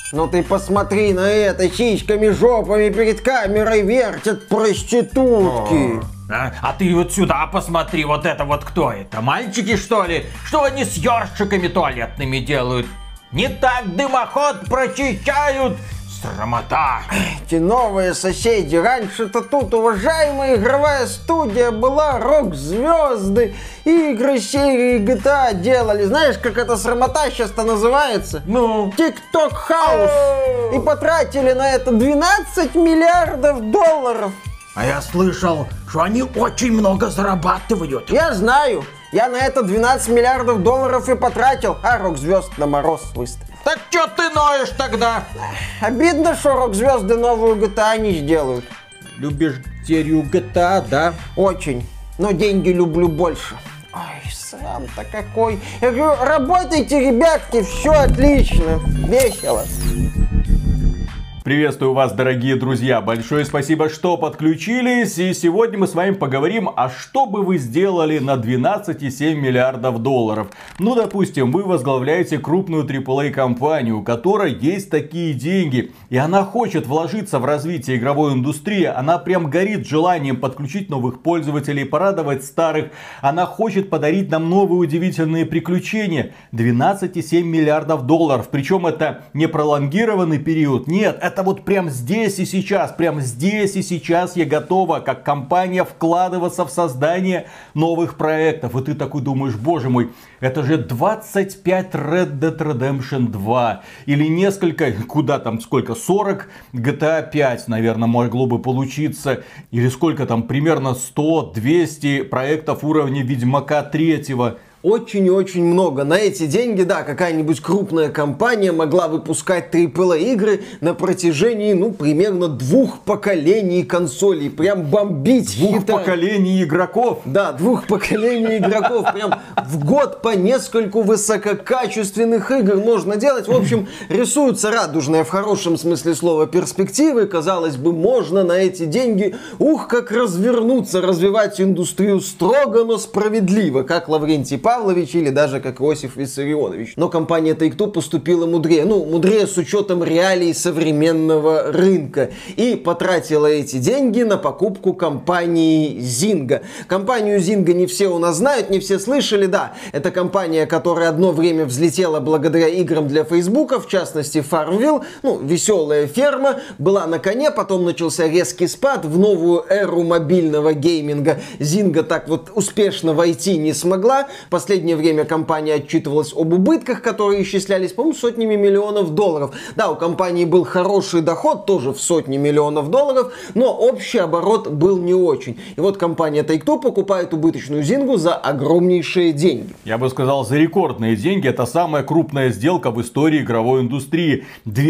Ну ты посмотри на это, сиськами, жопами перед камерой вертят проститутки. А ты вот сюда посмотри, вот это вот кто это? Мальчики, что ли? Что они с ёршиками туалетными делают? Не так дымоход прочищают! Срамота! Эти новые соседи. Раньше-то тут уважаемая игровая студия была, рок-звезды, игры серии GTA делали. Знаешь, как эта срамота сейчас-то называется? Ну? TikTok House. И потратили на это 12 миллиардов долларов. А я слышал, что они очень много зарабатывают. Я знаю. Я на это 12 миллиардов долларов и потратил, а рок-звезд на мороз выставил. Так чё ты ноешь тогда? Обидно, что рок-звезды новую GTA не сделают. Любишь серию GTA, да? Очень. Но деньги люблю больше. Ой, срам-то какой. Я говорю, работайте, ребятки, все отлично. Весело. Приветствую вас, дорогие друзья. Большое спасибо, что подключились. И сегодня мы с вами поговорим, а что бы вы сделали на 12,7 миллиардов долларов. Ну, допустим, вы возглавляете крупную AAA-компанию, у которой есть такие деньги. И она хочет вложиться в развитие игровой индустрии. Она прям горит желанием подключить новых пользователей, порадовать старых. Она хочет подарить нам новые удивительные приключения. 12,7 миллиардов долларов. Причем это не пролонгированный период. Нет, это вот прям здесь и сейчас, я готова, как компания, вкладываться в создание новых проектов. И ты такой думаешь, боже мой, это же 25 Red Dead Redemption 2. Или несколько, куда там, сколько, 40 GTA 5, наверное, могло бы получиться. Или сколько там, примерно 100-200 проектов уровня Ведьмака 3. Очень и очень много. На эти деньги, да, какая-нибудь крупная компания могла выпускать AAA игры на протяжении, ну, примерно 2 поколений консолей. Прям бомбить. 2 поколений игроков? Да, 2 поколений игроков. Прям в год по нескольку высококачественных игр можно делать. В общем, рисуются радужные, в хорошем смысле слова, перспективы. Казалось бы, можно на эти деньги, как развернуться, развивать индустрию строго, но справедливо, как Лаврентий Павлович или даже как Иосиф Виссарионович. Но компания Take-Two поступила мудрее. Ну, мудрее с учетом реалий современного рынка. И потратила эти деньги на покупку компании Zynga. Компанию Zynga не все у нас знают, не все слышали, да. Это компания, которая одно время взлетела благодаря играм для Фейсбука, в частности Farmville. Ну, веселая ферма. Была на коне, потом начался резкий спад. В новую эру мобильного гейминга Zynga так вот успешно войти не смогла. В последнее время компания отчитывалась об убытках, которые исчислялись, по-моему, сотнями миллионов долларов. Да, у компании был хороший доход, тоже в сотни миллионов долларов, но общий оборот был не очень. И вот компания Take-Two покупает убыточную Zynga за огромнейшие деньги. Я бы сказал, за рекордные деньги. Это самая крупная сделка в истории игровой индустрии.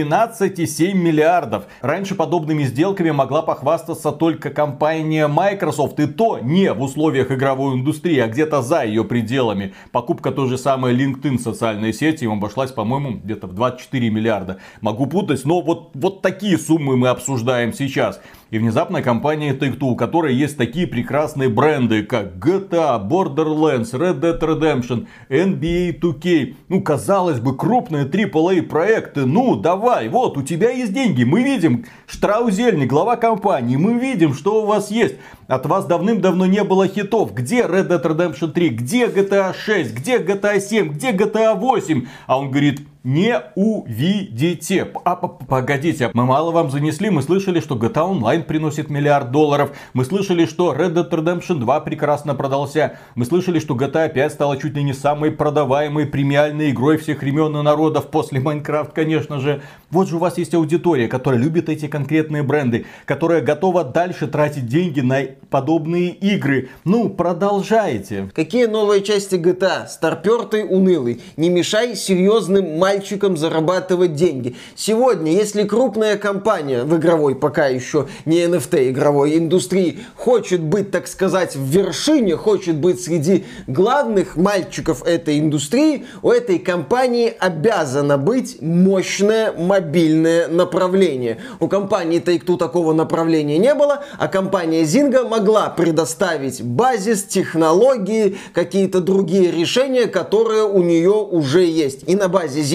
12,7 миллиардов. Раньше подобными сделками могла похвастаться только компания Microsoft. И то не в условиях игровой индустрии, а где-то за ее пределами. Покупка той же самой LinkedIn социальной сети им обошлась, по-моему, где-то в 24 миллиарда. Могу путать, но вот такие суммы мы обсуждаем сейчас. И внезапно компания Take-Two, у которой есть такие прекрасные бренды, как GTA, Borderlands, Red Dead Redemption, NBA 2K. Ну, казалось бы, крупные AAA проекты. Ну, давай, вот, у тебя есть деньги. Мы видим, Штраузельник, глава компании, мы видим, что у вас есть. От вас давным-давно не было хитов. Где Red Dead Redemption 3? Где GTA 6? Где GTA 7? Где GTA 8? А он говорит... Не увидите. Погодите, мы мало вам занесли. Мы слышали, что GTA Online приносит $1 миллиард. Мы слышали, что Red Dead Redemption 2 прекрасно продался. Мы слышали, что GTA 5 стала чуть ли не самой продаваемой премиальной игрой всех времен и народов. После Minecraft, конечно же. Вот же у вас есть аудитория, которая любит эти конкретные бренды. Которая готова дальше тратить деньги на подобные игры. Ну, продолжайте. Какие новые части GTA? Старпертый, унылый. Не мешай серьезным мальчикам зарабатывать деньги. Сегодня, если крупная компания в игровой, пока еще не NFT игровой индустрии, хочет быть, так сказать, в вершине, хочет быть среди главных мальчиков этой индустрии, у этой компании обязано быть мощное мобильное направление. У компании Take-Two такого направления не было, а компания Zynga могла предоставить базис, технологии, какие-то другие решения, которые у нее уже есть. И на базе Zynga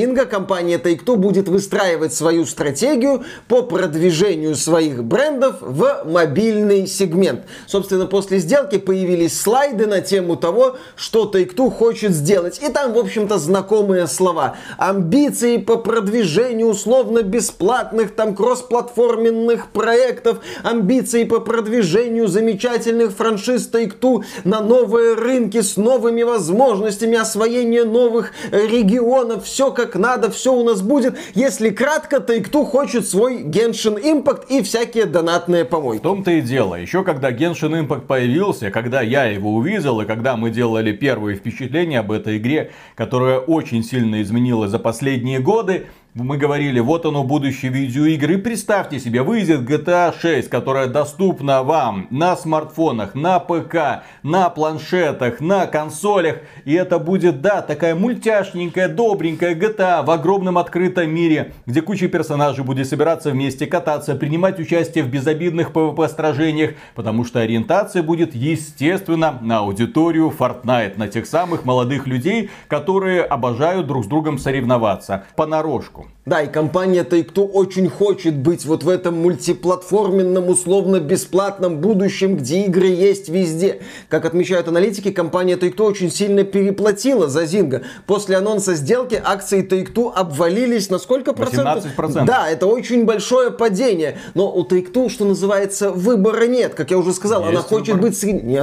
Zynga компания Take-Two будет выстраивать свою стратегию по продвижению своих брендов в мобильный сегмент. Собственно, после сделки появились слайды на тему того, что Take-Two хочет сделать. И там, в общем-то, знакомые слова. Амбиции по продвижению условно-бесплатных, там, кроссплатформенных проектов, амбиции по продвижению замечательных франшиз Take-Two на новые рынки с новыми возможностями, освоение новых регионов, все как надо, все у нас будет. Если кратко, Take-Two хочет свой Genshin Impact и всякие донатные помойки. В том-то и дело. Еще когда Genshin Impact появился, когда я его увидел, и когда мы делали первые впечатления об этой игре, которая очень сильно изменилась за последние годы, мы говорили, вот оно будущее видеоигры. И представьте себе, выйдет GTA 6, которая доступна вам на смартфонах, на ПК, на планшетах, на консолях. И это будет, да, такая мультяшненькая, добренькая GTA в огромном открытом мире, где куча персонажей будет собираться вместе, кататься, принимать участие в безобидных PvP-сражениях. Потому что ориентация будет, естественно, на аудиторию Fortnite, на тех самых молодых людей, которые обожают друг с другом соревноваться понарошку. Да, и компания Take-Two очень хочет быть вот в этом мультиплатформенном, условно-бесплатном будущем, где игры есть везде. Как отмечают аналитики, компания Take-Two очень сильно переплатила за Zynga. После анонса сделки акции Take-Two обвалились на сколько процентов? 18%. Да, это очень большое падение. Но у Take-Two, что называется, выбора нет. Как я уже сказал, она хочет быть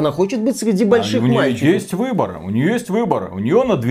среди больших мальчиков. У нее есть выбор. У нее есть выбор. У нее на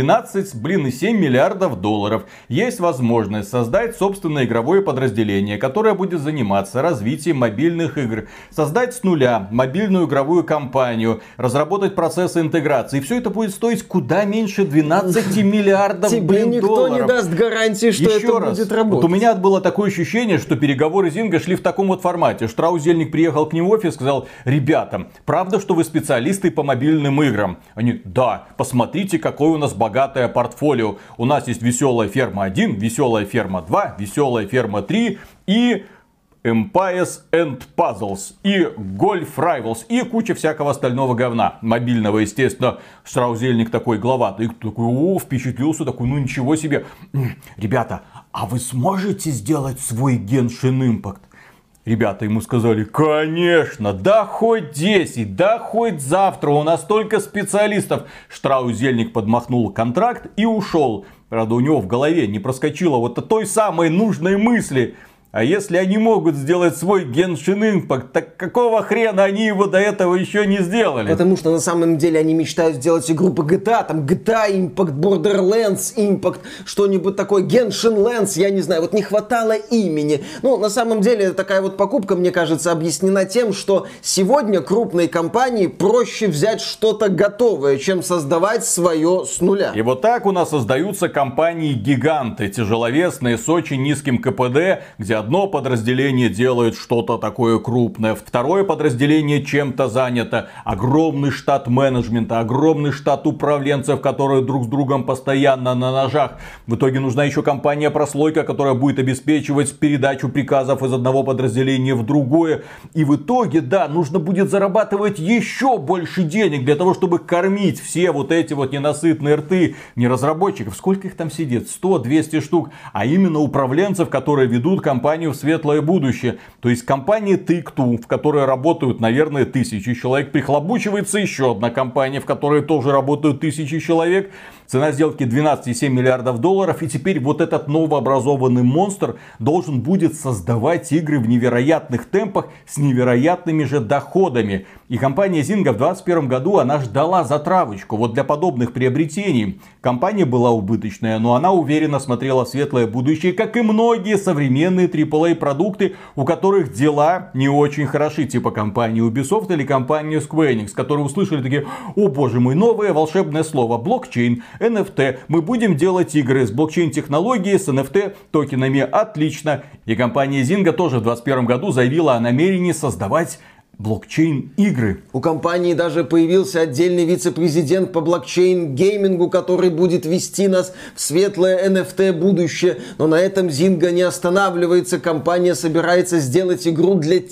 12,7 миллиардов долларов есть возможность создать собственное игровое подразделение, которое будет заниматься развитием мобильных игр, создать с нуля мобильную игровую компанию, разработать процессы интеграции. И все это будет стоить куда меньше 12 миллиардов Тебе никто долларов. не даст гарантии, что Еще это раз, будет работать. вот у меня было такое ощущение, что переговоры Zynga шли в таком вот формате. Штраус-Зельник приехал к ним в офис и сказал: ребята, правда, что вы специалисты по мобильным играм? Они: да, посмотрите, какое у нас богатое портфолио. У нас есть Веселая ферма 1, Веселая ферма 2, Веселая ферма 3 и Empires and Puzzles, и Golf Rivals, и куча всякого остального говна. Мобильного, естественно. Штраус-Зельник такой главатый, такой, впечатлился, такой, ну ничего себе. Ребята, а вы сможете сделать свой Genshin Impact? Ребята ему сказали: конечно, да хоть 10, да хоть завтра, у нас столько специалистов. Штраус-Зельник подмахнул контракт и ушел. Правда, у него в голове не проскочило вот той самой нужной мысли: а если они могут сделать свой Genshin Impact, так какого хрена они его до этого еще не сделали? Потому что на самом деле они мечтают сделать игру по GTA, там GTA Impact, Borderlands Impact, что-нибудь такое, Genshin Lands, я не знаю, вот не хватало имени. Ну, на самом деле, такая вот покупка, мне кажется, объяснена тем, что сегодня крупной компании проще взять что-то готовое, чем создавать свое с нуля. И вот так у нас создаются компании-гиганты, тяжеловесные, с очень низким КПД, где одно подразделение делает что-то такое крупное, второе подразделение чем-то занято, огромный штат менеджмента, огромный штат управленцев, которые друг с другом постоянно на ножах. В итоге нужна еще компания-прослойка, которая будет обеспечивать передачу приказов из одного подразделения в другое. И в итоге, да, нужно будет зарабатывать еще больше денег для того, чтобы кормить все вот эти вот ненасытные рты не разработчиков. Сколько их там сидит? 100-200 штук. А именно управленцев, которые ведут компанию в светлое будущее. То есть компания Take-Two, в которой работают, наверное, 1000 человек, прихлобучивается еще одна компания, в которой тоже работают 1000 человек. Цена сделки 12,7 миллиардов долларов. И теперь вот этот новообразованный монстр должен будет создавать игры в невероятных темпах с невероятными же доходами. И компания Zynga в 2021 году, она ждала затравочку. Вот для подобных приобретений компания была убыточная, но она уверенно смотрела в светлое будущее, как и многие современные AAA продукты, у которых дела не очень хороши. Типа компании Ubisoft или компании Square Enix, которые услышали такие: о боже мой, новое волшебное слово, блокчейн, NFT. Мы будем делать игры с блокчейн-технологией, с NFT-токенами. Отлично. И компания Zynga тоже в 2021 году заявила о намерении создавать блокчейн-игры. У компании даже появился отдельный вице-президент по блокчейн-геймингу, который будет вести нас в светлое NFT будущее. Но на этом Zynga не останавливается. Компания собирается сделать игру для TikTok.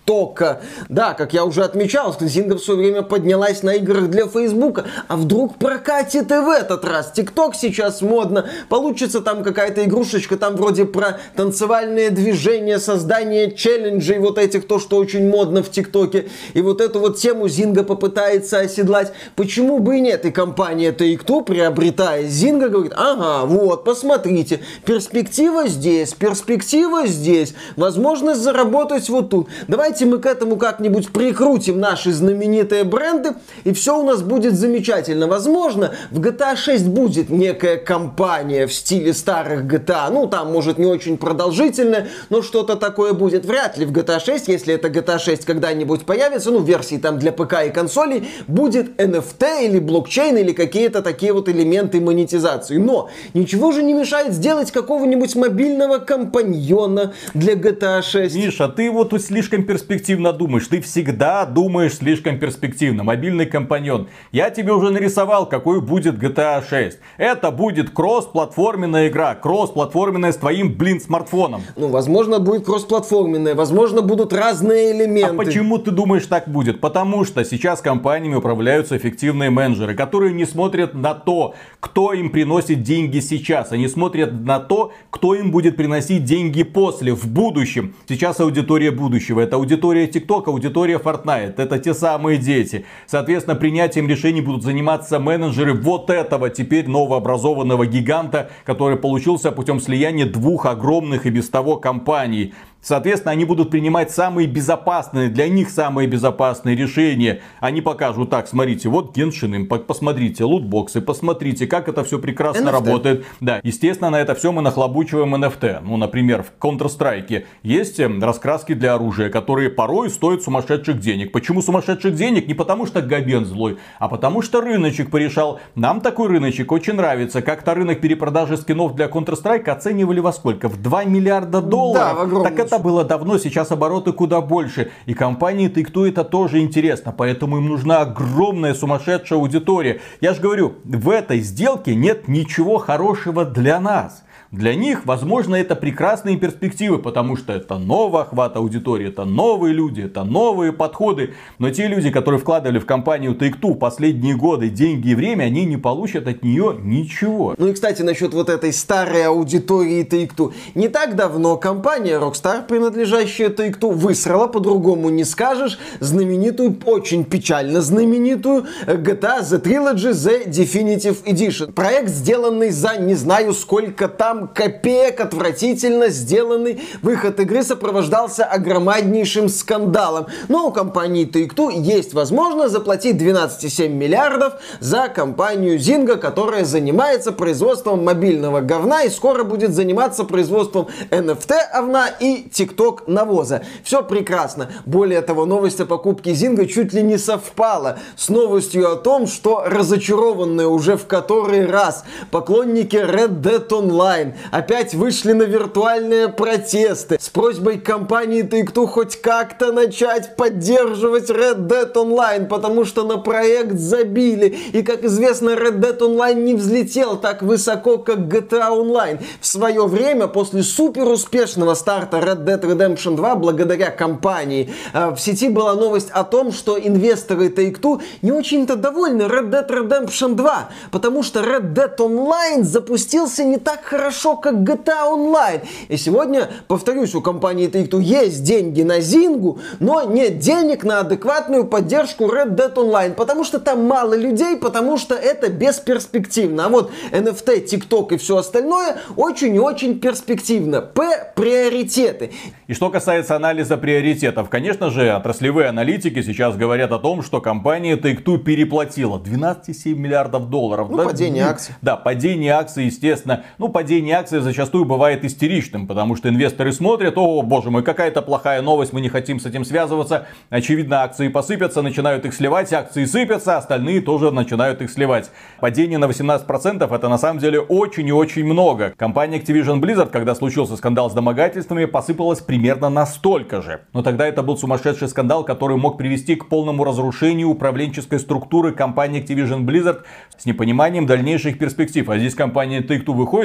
ТикТока. Да, как я уже отмечал, Zynga в свое время поднялась на играх для Фейсбука, а вдруг прокатит и в этот раз. ТикТок сейчас модно, получится там какая-то игрушечка, там вроде про танцевальные движения, создание челленджей вот этих, то, что очень модно в ТикТоке. И вот эту вот тему Zynga попытается оседлать. Почему бы и нет? И компания Take-Two, приобретая Zynga, говорит, ага, вот, посмотрите, перспектива здесь, возможность заработать вот тут. Давайте мы к этому как-нибудь прикрутим наши знаменитые бренды, и все у нас будет замечательно. Возможно, в GTA 6 будет некая кампания в стиле старых GTA. Ну, там, может, не очень продолжительная, но что-то такое будет. Вряд ли в GTA 6, если это GTA 6 когда-нибудь появится, ну, версии там для ПК и консолей, будет NFT или блокчейн, или какие-то такие вот элементы монетизации. Но ничего же не мешает сделать какого-нибудь мобильного компаньона для GTA 6. Миша, ты вот тут слишком перспективно думаешь. Ты всегда думаешь слишком перспективно. Мобильный компаньон. Я тебе уже нарисовал, какой будет GTA 6. Это будет кросс-платформенная игра. Кросс-платформенная с твоим, смартфоном. Ну, возможно, будет кросс-платформенная. Возможно, будут разные элементы. А почему ты думаешь так будет? Потому что сейчас компаниями управляются эффективные менеджеры, которые не смотрят на то, кто им приносит деньги сейчас. Они смотрят на то, кто им будет приносить деньги после, в будущем. Сейчас аудитория будущего. Это аудитория TikTok, аудитория Fortnite. Это те самые дети. Соответственно, принятием решений будут заниматься менеджеры вот этого теперь новообразованного гиганта, который получился путем слияния двух огромных и без того компаний. Соответственно, они будут принимать самые безопасные, для них самые безопасные решения. Они покажут, так, смотрите, вот Genshin Impact, посмотрите, лутбоксы, посмотрите, как это все прекрасно работает. Да, естественно, на это все мы нахлобучиваем NFT. Ну, например, в Counter-Strike есть раскраски для оружия, которые порой стоят сумасшедших денег. Почему сумасшедших денег? Не потому что Габен злой, а потому что рыночек порешал. Нам такой рыночек очень нравится. Как-то рынок перепродажи скинов для Counter-Strike оценивали во сколько? В 2 миллиарда долларов. Да, в огромном. Так это было давно, сейчас обороты куда больше. И компании Take-Two это тоже интересно. Поэтому им нужна огромная сумасшедшая аудитория. Я же говорю, в этой сделке нет ничего хорошего для нас. Для них, возможно, это прекрасные перспективы, потому что это новый охват аудитории, это новые люди, это новые подходы. Но те люди, которые вкладывали в компанию Take-Two последние годы деньги и время, они не получат от нее ничего. Ну и, кстати, насчет вот этой старой аудитории Take-Two. Не так давно компания Rockstar, принадлежащая Take-Two, высрала, по-другому не скажешь, знаменитую, очень печально знаменитую GTA The Trilogy The Definitive Edition. Проект, сделанный за не знаю сколько там копеек, отвратительно сделанный выход игры сопровождался огромнейшим скандалом. Но у компании Take-Two есть возможность заплатить 12,7 миллиардов за компанию Zynga, которая занимается производством мобильного говна и скоро будет заниматься производством NFT овна и TikTok навоза. Все прекрасно. Более того, новость о покупке Zynga чуть ли не совпала с новостью о том, что разочарованные уже в который раз поклонники Red Dead Online опять вышли на виртуальные протесты с просьбой компании Take-Two хоть как-то начать поддерживать Red Dead Online, потому что на проект забили. И, как известно, Red Dead Online не взлетел так высоко, как GTA Online. В свое время, после супер успешного старта Red Dead Redemption 2, благодаря компании, в сети была новость о том, что инвесторы Take-Two не очень-то довольны Red Dead Redemption 2, потому что Red Dead Online запустился не так хорошо, как GTA Online. И сегодня, повторюсь, у компании Take-Two есть деньги на Zynga, но нет денег на адекватную поддержку Red Dead Online, потому что там мало людей, потому что это бесперспективно. А вот NFT, TikTok и все остальное очень и очень перспективно. Приоритеты. И что касается анализа приоритетов, конечно же, отраслевые аналитики сейчас говорят о том, что компания Take-Two переплатила 12,7 миллиардов долларов. Ну, падение акций. Да, падение акций, естественно. Ну, падение акций зачастую бывает истеричным, потому что инвесторы смотрят, о, боже мой, какая-то плохая новость, мы не хотим с этим связываться. Очевидно, акции посыпятся, начинают их сливать, акции сыпятся, остальные тоже начинают их сливать. Падение на 18% это на самом деле очень и очень много. Компания Activision Blizzard, когда случился скандал с домогательствами, посыпалась примерно настолько же. Но тогда это был сумасшедший скандал, который мог привести к полному разрушению управленческой структуры компании Activision Blizzard с непониманием дальнейших перспектив. А здесь компания Take-Two выходит и говорит, да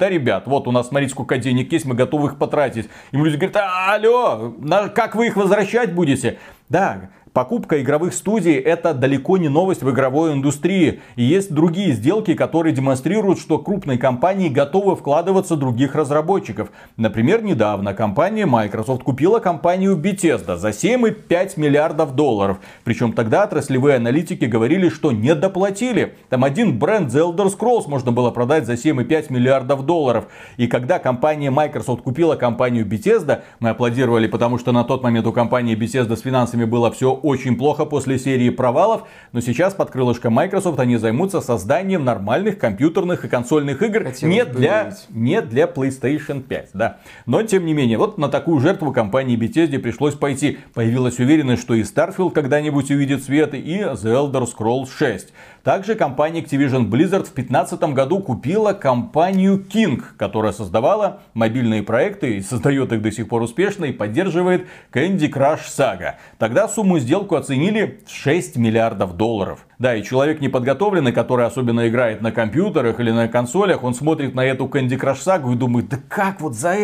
ребят, вот у нас, смотрите, сколько денег есть, мы готовы их потратить. Им люди говорят: алло, как вы их возвращать будете? Да, покупка игровых студий — это далеко не новость в игровой индустрии. И есть другие сделки, которые демонстрируют, что крупные компании готовы вкладываться в других разработчиков. Например, недавно компания Microsoft купила компанию Bethesda за 7,5 миллиардов долларов. Причем тогда отраслевые аналитики говорили, что не доплатили. Там один бренд The Elder Scrolls можно было продать за 7,5 миллиардов долларов. И когда компания Microsoft купила компанию Bethesda, мы аплодировали, потому что на тот момент у компании Bethesda с финансами было все очень плохо после серии провалов, но сейчас под крылышком Microsoft они займутся созданием нормальных компьютерных и консольных игр не для PlayStation 5. Да. Но тем не менее, вот на такую жертву компании Bethesda пришлось пойти. Появилась уверенность, что и Starfield когда-нибудь увидит свет, и The Elder Scrolls 6. Также компания Activision Blizzard в 2015 году купила компанию King, которая создавала мобильные проекты и создает их до сих пор успешно и поддерживает Candy Crush Saga. Тогда сумму сделку оценили в 6 миллиардов долларов. Да, и человек неподготовленный, который особенно играет на компьютерах или на консолях, он смотрит на эту Candy Crush Saga и думает: да как вот за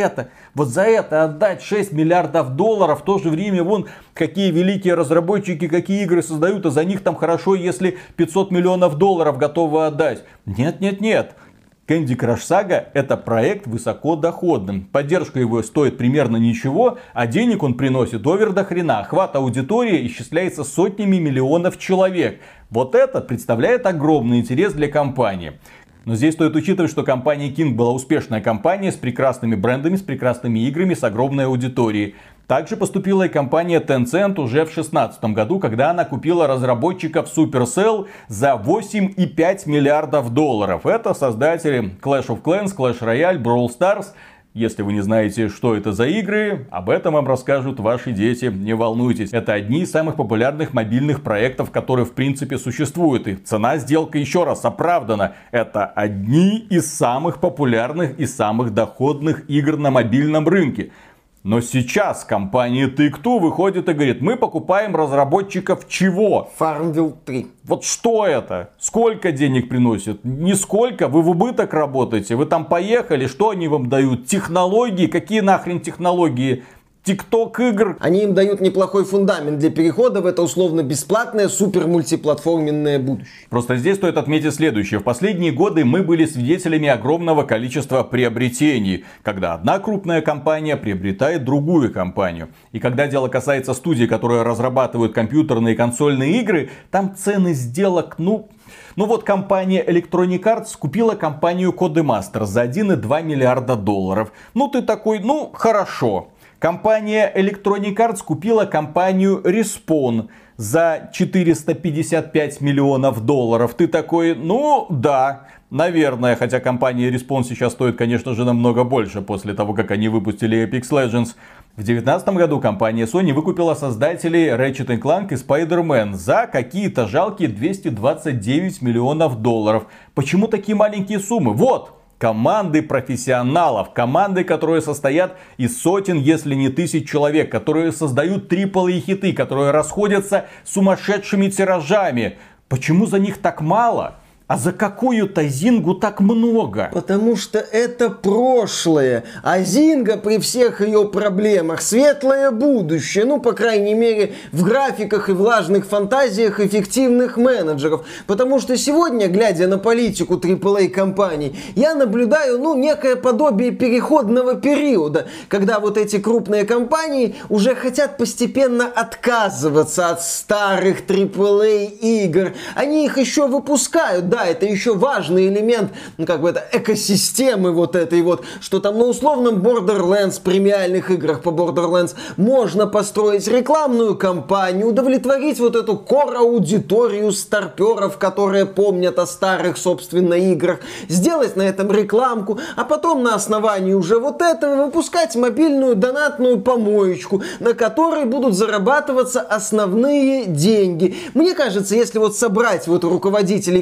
это отдать 6 миллиардов долларов? В то же время вон какие великие разработчики, какие игры создают, а за них там хорошо, если 500 миллионов долларов готовы отдать. Нет. Candy Crush Saga — это проект высокодоходный. Поддержка его стоит примерно ничего, а денег он приносит овер до хрена. Охват аудитории исчисляется сотнями миллионов человек. Вот это представляет огромный интерес для компании. Но здесь стоит учитывать, что компания King была успешная компания с прекрасными брендами, с прекрасными играми, с огромной аудиторией. Также поступила и компания Tencent уже в 2016 году, когда она купила разработчиков Supercell за 8,5 миллиардов долларов. Это создатели Clash of Clans, Clash Royale, Brawl Stars. Если вы не знаете, что это за игры, об этом вам расскажут ваши дети, не волнуйтесь. Это одни из самых популярных мобильных проектов, которые в принципе существуют. И цена сделки, еще раз, оправдана. Это одни из самых популярных и самых доходных игр на мобильном рынке. Но сейчас компания Take-Two выходит и говорит: мы покупаем разработчиков чего? Farmville 3. Вот что это? Сколько денег приносит? Нисколько. Вы в убыток работаете. Вы там поехали. Что они вам дают? Технологии? Какие нахрен технологии? ТикТок игр. Они им дают неплохой фундамент для перехода в это условно бесплатное супер мультиплатформенное будущее. Просто здесь стоит отметить следующее. В последние годы мы были свидетелями огромного количества приобретений, когда одна крупная компания приобретает другую компанию. И когда дело касается студий, которые разрабатывают компьютерные и консольные игры, там цены сделок, ну вот компания Electronic Arts купила компанию Codemaster за 1,2 миллиарда долларов. Ну ты такой, ну хорошо. Компания Electronic Arts купила компанию Respawn за 455 миллионов долларов. Ты такой, ну да, наверное. Хотя компания Respawn сейчас стоит, конечно же, намного больше после того, как они выпустили Apex Legends. В 2019 году компания Sony выкупила создателей Ratchet & Clank и Spider-Man за какие-то жалкие 229 миллионов долларов. Почему такие маленькие суммы? Вот! Команды профессионалов, команды, которые состоят из сотен, если не тысяч человек, которые создают AAA хиты, которые расходятся сумасшедшими тиражами. Почему за них так мало? А за какую-то Зингу так много? Потому что это прошлое. А Зинга при всех ее проблемах светлое будущее. Ну, по крайней мере, в графиках и влажных фантазиях эффективных менеджеров. Потому что сегодня, глядя на политику AAA компаний, я наблюдаю, некое подобие переходного периода, когда вот эти крупные компании уже хотят постепенно отказываться от старых AAA игр. Они их еще выпускают, да, это еще важный элемент, это экосистемы вот этой вот, что там на условном Borderlands, премиальных играх по Borderlands, можно построить рекламную кампанию, удовлетворить вот эту core-аудиторию старперов, которые помнят о старых, собственно, играх, сделать на этом рекламку, а потом на основании уже вот этого выпускать мобильную донатную помоечку, на которой будут зарабатываться основные деньги. Мне кажется, если вот собрать вот руководителей крупных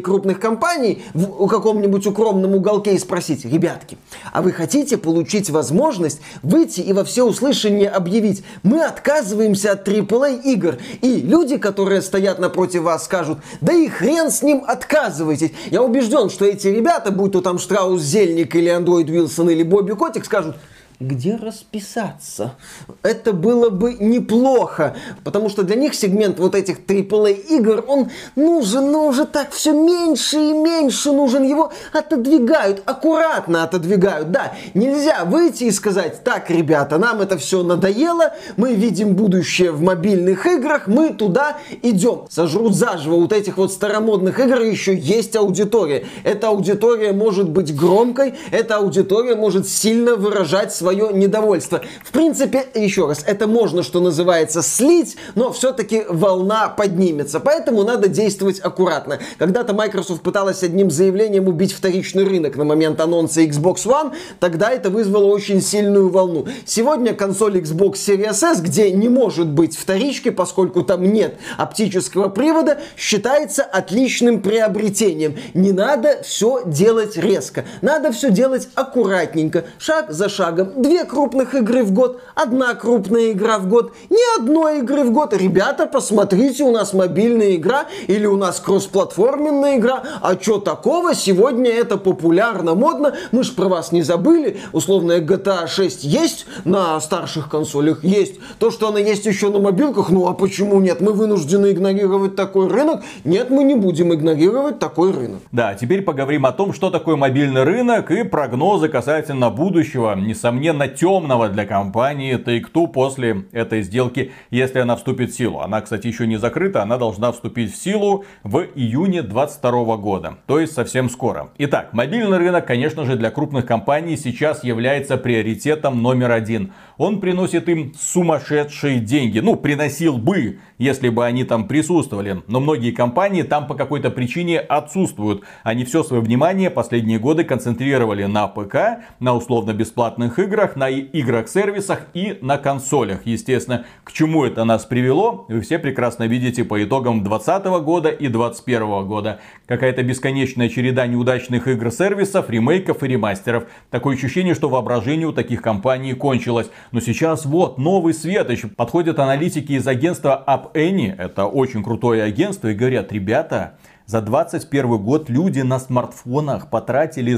компаний в каком-нибудь укромном уголке и спросить: ребятки, а вы хотите получить возможность выйти и во всеуслышание объявить: мы отказываемся от AAA игр? И люди, которые стоят напротив вас, скажут: да и хрен с ним, отказывайтесь. Я убежден, что эти ребята, будь то там Штраус Зельник или Андроид Вилсон или Бобби Котик, скажут: где расписаться? Это было бы неплохо, потому что для них сегмент вот этих AAA игр, он нужен, но уже так все меньше и меньше нужен. Его отодвигают, аккуратно отодвигают. Да, нельзя выйти и сказать: так, ребята, нам это все надоело, мы видим будущее в мобильных играх, мы туда идем. Сожрут заживо. Вот этих вот старомодных игр еще есть аудитория. Эта аудитория может быть громкой, эта аудитория может сильно выражать свое недовольство. В принципе, еще раз, это можно, что называется, слить, но все-таки волна поднимется. Поэтому надо действовать аккуратно. Когда-то Microsoft пыталась одним заявлением убить вторичный рынок на момент анонса Xbox One, тогда это вызвало очень сильную волну. Сегодня консоль Xbox Series S, где не может быть вторички, поскольку там нет оптического привода, считается отличным приобретением. Не надо все делать резко. Надо все делать аккуратненько, шаг за шагом. 2 крупных игры в год, 1 крупная игра в год, ни одной игры в год. Ребята, посмотрите, у нас мобильная игра или у нас кроссплатформенная игра. А что такого? Сегодня это популярно, модно. Мы ж про вас не забыли. Условная GTA 6 есть на старших консолях? Есть. То, что она есть еще на мобилках, ну а почему нет? Мы вынуждены игнорировать такой рынок? Нет, мы не будем игнорировать такой рынок. Да, теперь поговорим о том, что такое мобильный рынок и прогнозы касательно будущего, несомненно, темного для компании Take-Two после этой сделки, если она вступит в силу. Она, кстати, еще не закрыта, она должна вступить в силу в июне 2022 года, то есть совсем скоро. Итак, мобильный рынок, конечно же, для крупных компаний сейчас является приоритетом номер 1. Он приносит им сумасшедшие деньги. Ну, приносил бы, если бы они там присутствовали. Но многие компании там по какой-то причине отсутствуют. Они все свое внимание последние годы концентрировали на ПК, на условно-бесплатных играх, на играх-сервисах и на консолях. Естественно, к чему это нас привело, вы все прекрасно видите по итогам 2020 года и 2021 года. Какая-то бесконечная череда неудачных игр-сервисов, ремейков и ремастеров. Такое ощущение, что воображение у таких компаний кончилось. Но сейчас вот новый светоч. Подходят аналитики из агентства App Annie, это очень крутое агентство, и говорят: ребята, за 2021 год люди на смартфонах потратили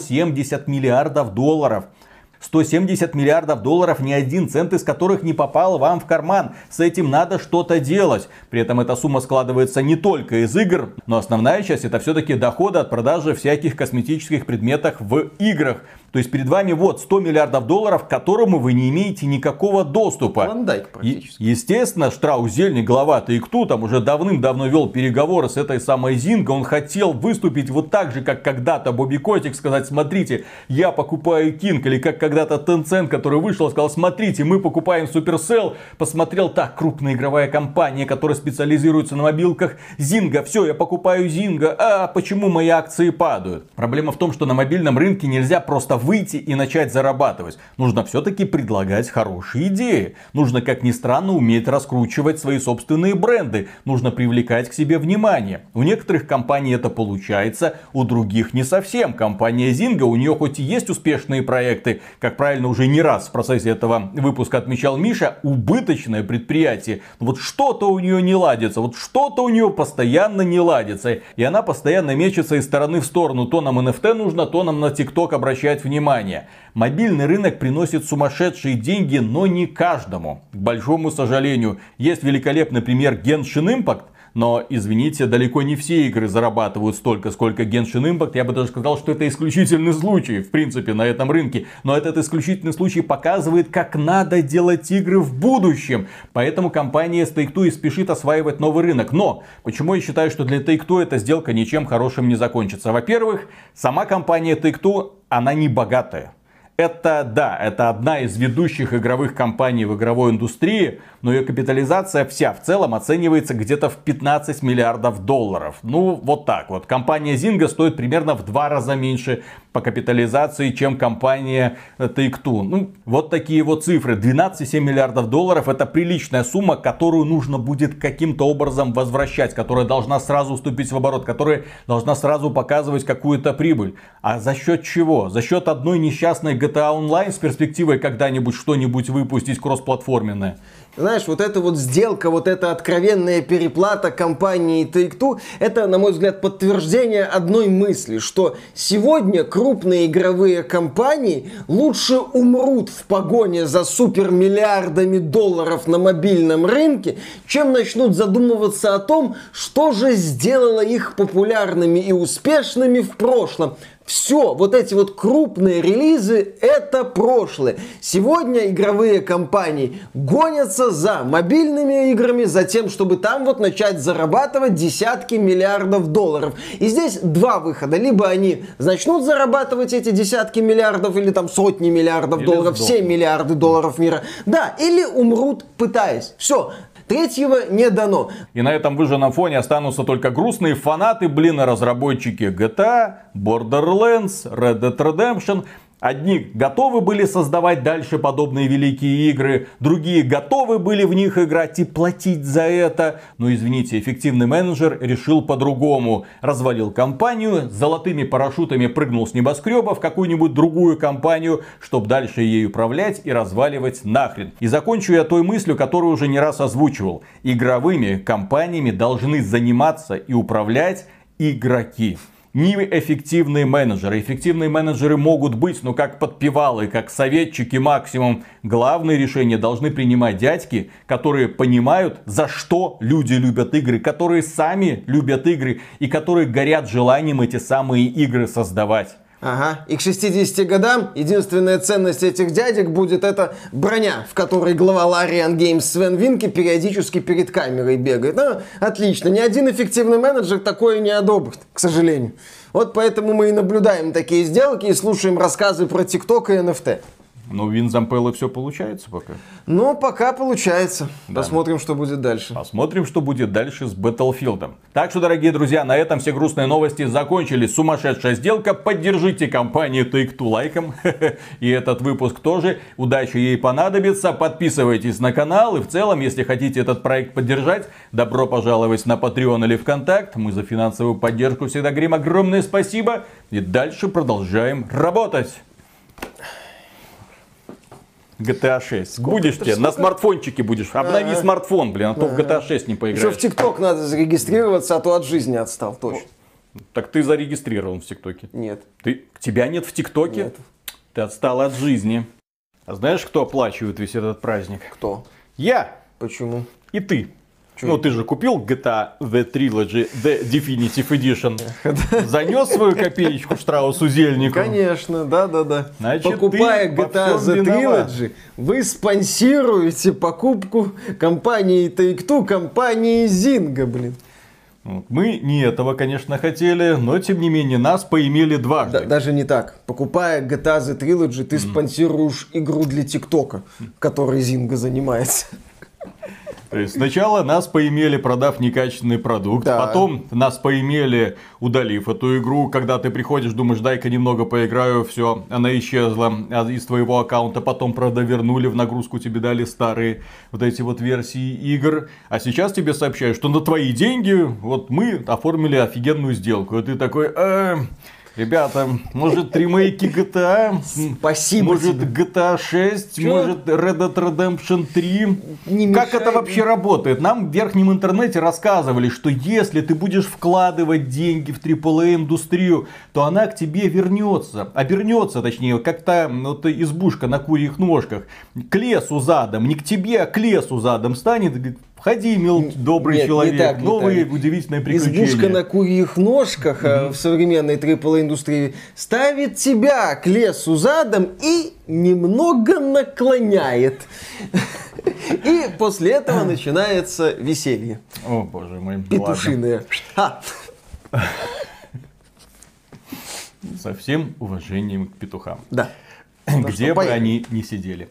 170 миллиардов долларов. 170 миллиардов долларов, ни 1 цент из которых не попал вам в карман. С этим надо что-то делать. При этом эта сумма складывается не только из игр, но основная часть это все-таки доходы от продажи всяких косметических предметов в играх. То есть перед вами вот 100 миллиардов долларов, к которому вы не имеете никакого доступа. Клондайк практически. Естественно, Штраус Зельник, глава Take-Two, там уже давным-давно вел переговоры с этой самой Zynga. Он хотел выступить вот так же, как когда-то Бобби Котик, сказать: смотрите, я покупаю King. Или как когда-то Tencent, который вышел и сказал: смотрите, мы покупаем Supercell. Посмотрел: так, крупная игровая компания, которая специализируется на мобилках. Zynga, все, я покупаю Zynga. А почему мои акции падают? Проблема в том, что на мобильном рынке нельзя просто выйти и начать зарабатывать. Нужно все-таки предлагать хорошие идеи. Нужно, как ни странно, уметь раскручивать свои собственные бренды. Нужно привлекать к себе внимание. У некоторых компаний это получается, у других не совсем. Компания Zynga, у нее хоть и есть успешные проекты, как правильно уже не раз в процессе этого выпуска отмечал Миша, убыточное предприятие. Вот что-то у нее не ладится, вот что-то у нее постоянно не ладится. И она постоянно мечется из стороны в сторону. То нам NFT нужно, то нам на TikTok обращать внимание. Мобильный рынок приносит сумасшедшие деньги, но не каждому. К большому сожалению, есть великолепный пример Genshin Impact. Но, извините, далеко не все игры зарабатывают столько, сколько Genshin Impact. Я бы даже сказал, что это исключительный случай, в принципе, на этом рынке. Но этот исключительный случай показывает, как надо делать игры в будущем. Поэтому компания Take-Two и спешит осваивать новый рынок. Но, почему я считаю, что для Take-Two эта сделка ничем хорошим не закончится? Во-первых, сама компания Take-Two, она не богатая. Это, да, это одна из ведущих игровых компаний в игровой индустрии, но ее капитализация вся в целом оценивается где-то в 15 миллиардов долларов. Ну, вот так вот. Компания Zynga стоит примерно в 2 раза меньше по капитализации, чем компания Take-Two. Ну, вот такие вот цифры. 12,7 миллиардов долларов — это приличная сумма, которую нужно будет каким-то образом возвращать, которая должна сразу вступить в оборот, которая должна сразу показывать какую-то прибыль. А за счет чего? За счет одной несчастной GTA Online с перспективой когда-нибудь что-нибудь выпустить кроссплатформенное. Знаешь, вот эта вот сделка, вот эта откровенная переплата компании Take-Two, это, на мой взгляд, подтверждение одной мысли, что сегодня крупные игровые компании лучше умрут в погоне за супермиллиардами долларов на мобильном рынке, чем начнут задумываться о том, что же сделало их популярными и успешными в прошлом. Все, вот эти вот крупные релизы — это прошлое. Сегодня игровые компании гонятся за мобильными играми, за тем, чтобы там вот начать зарабатывать десятки миллиардов долларов. И здесь два выхода. Либо они начнут зарабатывать эти десятки миллиардов или там сотни миллиардов или долларов, сдохнут. все миллиарды долларов мира. Да, или умрут, пытаясь. Все. Третьего не дано. И на этом выжженном фоне останутся только грустные фанаты, разработчики GTA, Borderlands, Red Dead Redemption. Одни готовы были создавать дальше подобные великие игры, другие готовы были в них играть и платить за это. Но, извините, эффективный менеджер решил по-другому. Развалил компанию, с золотыми парашютами прыгнул с небоскреба в какую-нибудь другую компанию, чтобы дальше ей управлять и разваливать нахрен. И закончу я той мыслью, которую уже не раз озвучивал. Игровыми компаниями должны заниматься и управлять игроки. Не эффективные менеджеры. Эффективные менеджеры могут быть, но как подпевалы, как советчики максимум. Главные решения должны принимать дядьки, которые понимают, за что люди любят игры, которые сами любят игры и которые горят желанием эти самые игры создавать. Ага, и к 60 годам единственная ценность этих дядек будет эта броня, в которой глава Larian Games Свен Винке периодически перед камерой бегает. Ну, отлично, ни один эффективный менеджер такое не одобрит, к сожалению. Вот поэтому мы и наблюдаем такие сделки и слушаем рассказы про ТикТок и NFT. Но у Винзампелла все получается пока. Ну, пока получается. Да. Посмотрим, что будет дальше. Посмотрим, что будет дальше с Battlefield. Так что, дорогие друзья, на этом все грустные новости закончились. Сумасшедшая сделка. Поддержите компанию Take-Two лайком. И этот выпуск тоже. Удачи ей понадобится. Подписывайтесь на канал. И в целом, если хотите этот проект поддержать, добро пожаловать на Patreon или ВКонтакт. Мы за финансовую поддержку всегда говорим огромное спасибо. И дальше продолжаем работать. GTA 6. Будешь тебе, на смартфончике будешь. Обнови смартфон, блин, а то в GTA 6 не Еще в поиграешь. ТикТок надо зарегистрироваться, а то от жизни отстал, точно. Так ты зарегистрирован в ТикТоке. Нет. Тебя нет в ТикТоке? Нет. Ты отстал от жизни. А знаешь, кто оплачивает весь этот праздник? Кто? Я Почему? и ты. Чё? Ну, ты же купил GTA The Trilogy The Definitive Edition. Занес свою копеечку Штраусу Зельнику. Конечно, да. Значит, Покупая ты во GTA всем The виноват. Trilogy, вы спонсируете покупку компании Take-Two, компании Zynga, блин. Вот. Мы не этого, конечно, хотели, но, тем не менее, нас поимели дважды. Даже не так. Покупая GTA The Trilogy, ты спонсируешь игру для ТикТока, которой Zynga занимается. То есть сначала нас поимели, продав некачественный продукт, Да. потом нас поимели, удалив эту игру. Когда ты приходишь, думаешь, дай-ка немного поиграю, все, она исчезла из твоего аккаунта, потом, правда, вернули, в нагрузку тебе дали старые вот эти вот версии игр. А сейчас тебе сообщают, что на твои деньги вот мы оформили офигенную сделку. И ты такой... Ребята, может ремейки GTA? Спасибо Может тебе. GTA 6? Чё? Может Red Dead Redemption 3? Не Как мешай это вообще мне. работает? Нам в верхнем интернете рассказывали, что если ты будешь вкладывать деньги в AAA индустрию, то она к тебе вернется. Обернется, точнее, как-то вот избушка на курьих ножках. К лесу задом. Не к тебе, а к лесу задом станет. И говорит, входи, мил добрый Нет, не человек. так, Новые Виталий. удивительные приключения. Избушка на курьих ножках в современной AAA-индустрии ставит тебя к лесу задом и немного наклоняет. И после этого начинается веселье. О, боже мой. Петушиное. Ха. Со всем уважением к петухам. Да. Где бы поехали. они ни сидели.